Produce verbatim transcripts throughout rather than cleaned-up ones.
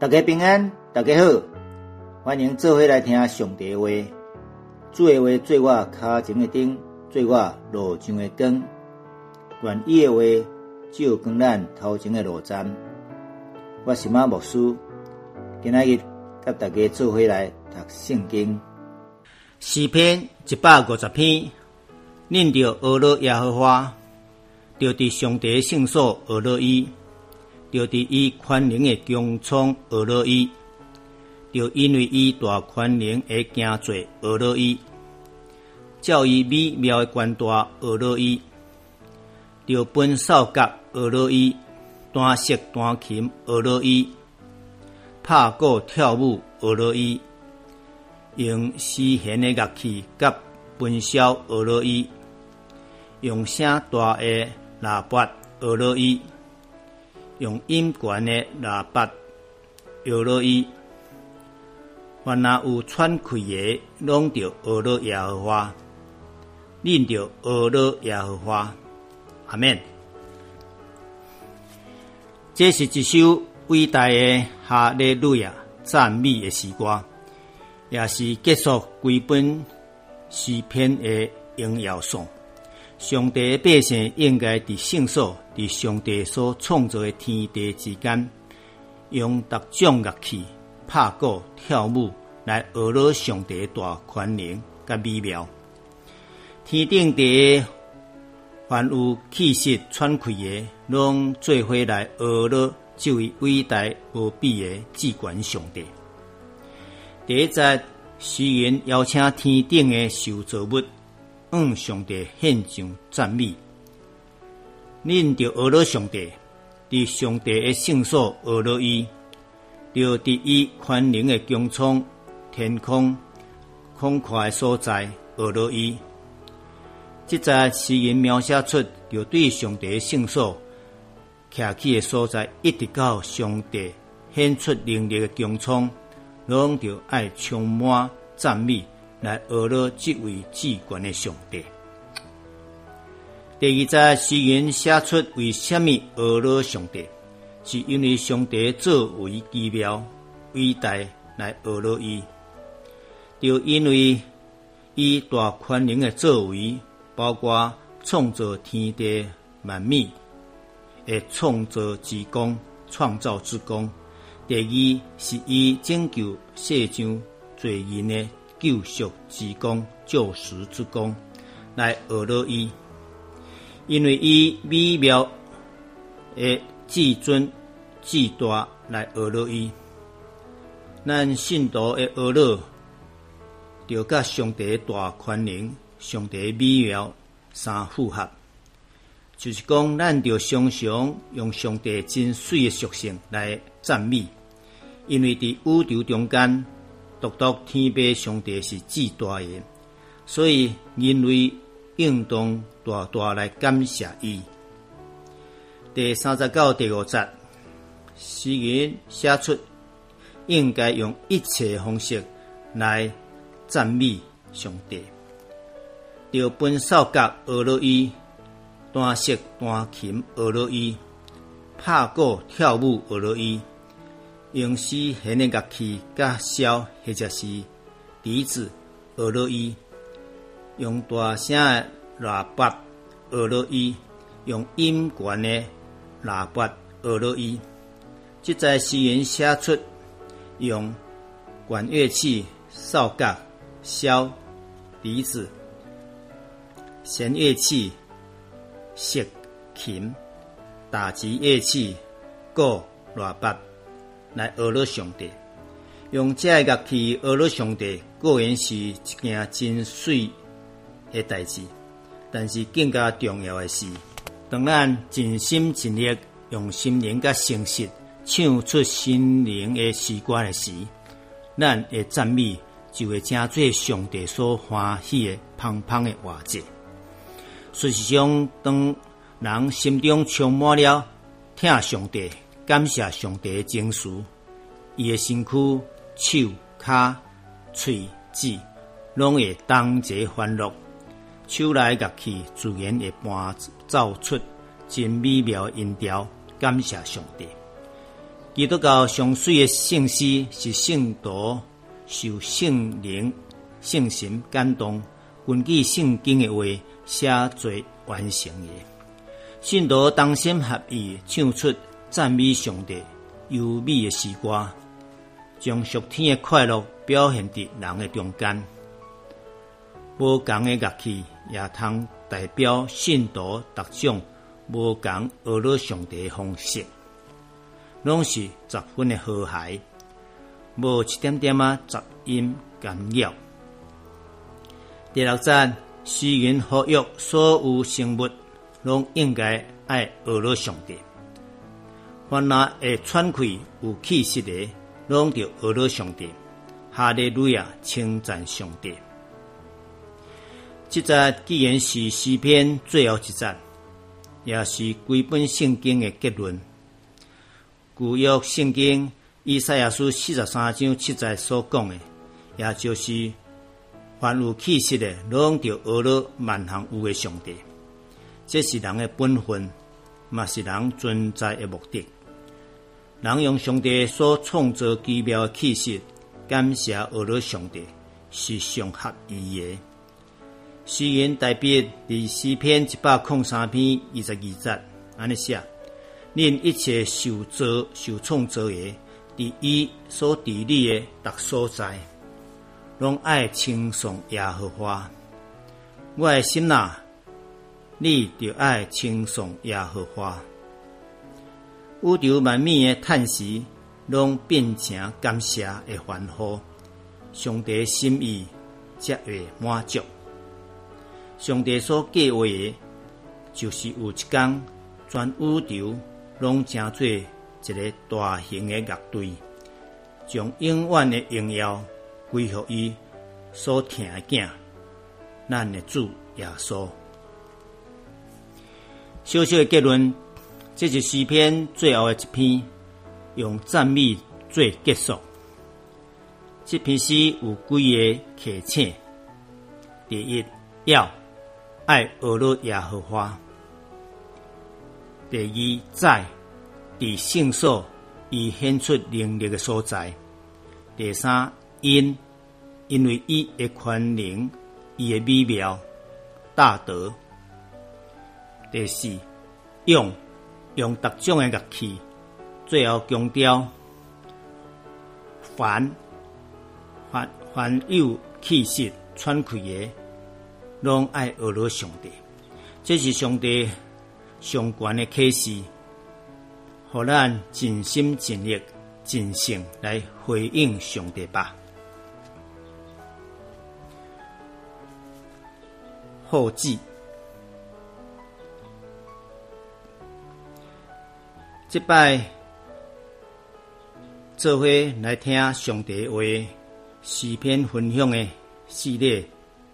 大家平安，大家好，欢迎做伙来听上帝的话。主的话做我脚前的灯，做我路上的光。愿伊的话照光咱头前的路站。我是马牧师，今仔日甲大家做伙来读圣经。 诗篇一百五十篇，恁着学乐耶和华，着伫上帝的圣所学乐伊，着伫伊宽仁的穹苍学乐伊，着因为伊大宽仁的行做学乐伊，照伊美妙的冠大学乐伊，着分扫角学乐伊，弹瑟弹琴学乐伊，拍鼓跳舞学乐伊，用丝弦的乐器甲分箫学乐伊，用声大的喇叭学乐伊，用音悬的喇叭学乐伊。凡若有喘气的，拢着学乐耶和华，恁着学乐耶和华。阿们。这是一首伟大的哈利路亚赞美的诗歌，也是结束规本诗篇的荣耀颂。上帝的百姓应该伫圣所，伫上帝所创造的天地之间，用各种乐器、拍鼓、跳舞来学乐上帝大宽仁甲美妙。天顶地的凡有气息喘气的，拢做伙来学乐这位伟大无比的至高上帝。第一节，诗人邀请天顶的受造物向上帝献上赞美。恁着学乐上帝，伫上帝的圣所学乐伊，着伫伊宽仁的穹苍、天空、空旷的所在学乐伊。即在诗人描写出，着对上帝的圣所徛起的所在，一直到上帝显出能力的穹苍，拢着爱充满赞美来学乐这位至高的上帝。第二节，诗人写出为什么学乐上帝，是因为上帝作为奇妙伟大来学乐伊，就因为伊大宽仁的作为，包括创造天地万物的创造之功、创造之功。第二是伊拯救世上罪人的救赎之功、救赎之功，来学乐伊。因为伊美妙的至尊至大，来学乐伊。咱信徒的学乐，就甲上帝大宽仁、上帝美妙相符合，就是讲，咱着常常用上帝真水的属性来赞美，因为伫宇宙中间，独独天父上帝是至大的，所以人类应当大大来感谢伊。第三十九、第五节，诗人写出应该用一切方式来赞美上帝。着分扫角学乐伊，弹瑟弹琴学乐伊，拍鼓跳舞学乐伊，用丝弦的乐器甲箫或者是笛子学乐伊，用大声的喇叭学乐伊，用音悬的喇叭学乐伊。即在诗人写出用管乐器、扫角、箫、笛子、弦乐器、瑟、琴、打击乐器、鼓、喇叭来学乐上帝。用这个乐器学乐上帝，固然是一件真水的代志，但是更加重要的是，当咱尽心尽力，用心灵甲诚实唱出心灵的诗歌的时，咱的赞美就会成做上帝所欢喜的芳芳的话节。事实上，当人心中充满了听上帝、感谢上帝的情绪，伊的身躯、手、骹、喙、指，拢会同齐欢乐，手内乐器自然会伴奏出真美妙的音调，感谢上帝。 基督教上水的圣诗是圣徒受圣灵、圣神感动，根据圣经的话写作完成的。信徒同心合意唱出赞美上帝优美的诗歌，将属天的快乐表现伫人的中间。无同的乐器也通代表信徒各种无同学乐上帝的方式，拢是十分的和谐，无一点点啊杂音干扰。第六节，诗人呼吁所有生物拢应该爱学乐上帝，凡那会喘气有气息的，拢着学乐上帝。哈利路亚，称赞上帝。这节既然是诗篇最后一节，也是规本圣经的结论。旧约圣经以赛亚书四十三章七节所讲的，也就是凡有气息的，拢着学乐万行有的上帝。这是人的本分，嘛是人存在的目的。人用上帝所创造奇妙的气息，感谢学乐上帝，是上合意的。诗人大笔伫诗篇一百零三篇二十二节，安尼写：恁一切受造、受创造的，伫伊所治理的逐所在，拢爱称颂耶和华。我的心啊，你就爱称颂耶和华。宇宙万物的叹息，拢变成感谢的欢呼。上帝心意才会满足。上帝所计划的，就是有一天，全宇宙拢成做一个大型的乐队，将永远的荣耀归乎伊所疼的囝，咱的主耶稣。小小的结论，这是诗篇最后的一篇，用赞美做结束。这篇诗有几个客请：第一，要爱学乐耶和华；第二，在伫圣所伊显出能力的所在；第三，因因为伊的权能、伊的美妙、大德；第四，用用各种的乐器；最后强调凡凡凡有气息、喘气的，拢爱学乐上帝。这是上帝上悬的启示，互咱尽心尽力、尽性来回应上帝吧。后记，这摆做伙来听上帝话诗篇分享的系列，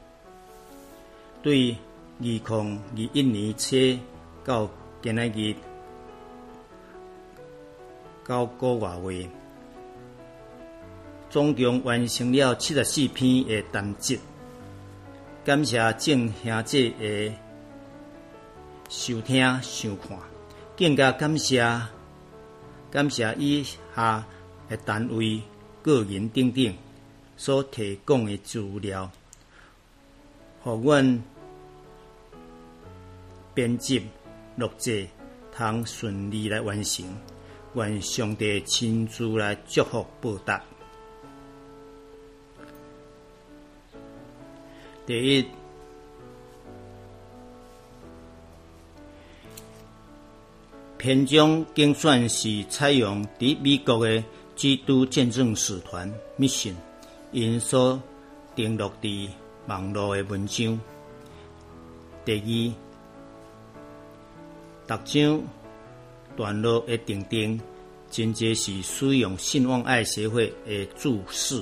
对二零二一年初到今仔日到个月月，总共完成了七十四篇的单集。感谢众兄姐的收听收看，更加感谢感谢以下的单位、个人等等所提供的资料，互阮编辑录制，通顺利来完成。愿上帝亲自来祝福报答。第一，篇章竞选是采用伫美国的基督见证使团 Mission 因所登录伫网络的文章。第二，逐章段落的定定，真侪是使用信望爱协会的注释。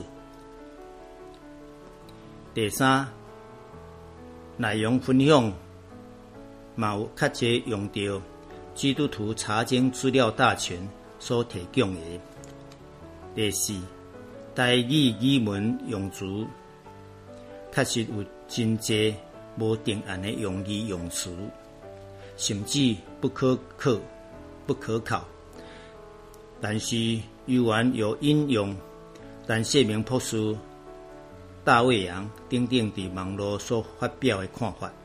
第三，内容分享嘛有较侪用到基督徒查经资料大全所提供的。第四，台语语文用词确实有真侪无定案的用语用词，甚至不可靠、不可靠。 但是犹原有引用但谢明博士、大卫杨等等伫网络所发表的看法。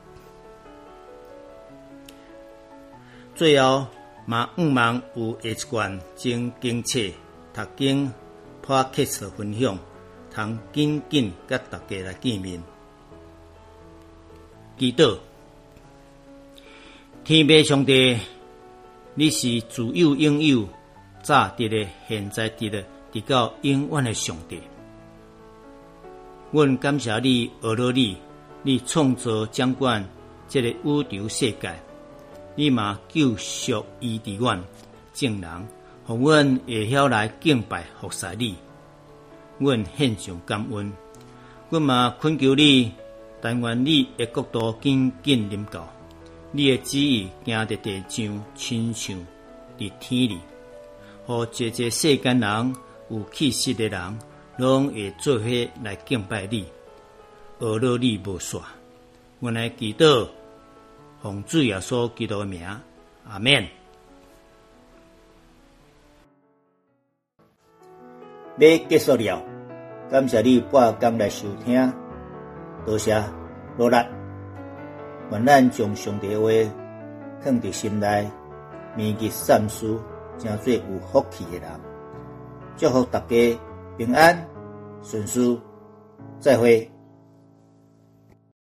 最后，嘛毋忘有下一罐精经册读经 Podcast 分享，通紧紧甲大家来见面。祈祷，天父上帝，你是自有永有、早得的、现在得的，直到永远的上帝。阮感谢你，学了你，你创造掌管这个宇宙世界，你嘛救赎医治阮众人，互阮会晓来敬拜服侍你。阮献上感恩，阮嘛恳求你，但愿你的国度紧紧临到，你的旨意行在地上，亲像伫天里，互一个世间人有气息的人，拢会做伙来敬拜你，学了你无煞。阮来祈祷，奉主耶稣基督的名，阿免。 要结束了，感谢你半工来收听，多谢努力。愿咱将上帝的话放伫心内，铭记善事，成做有福气的人。祝福大家平安顺遂，再会。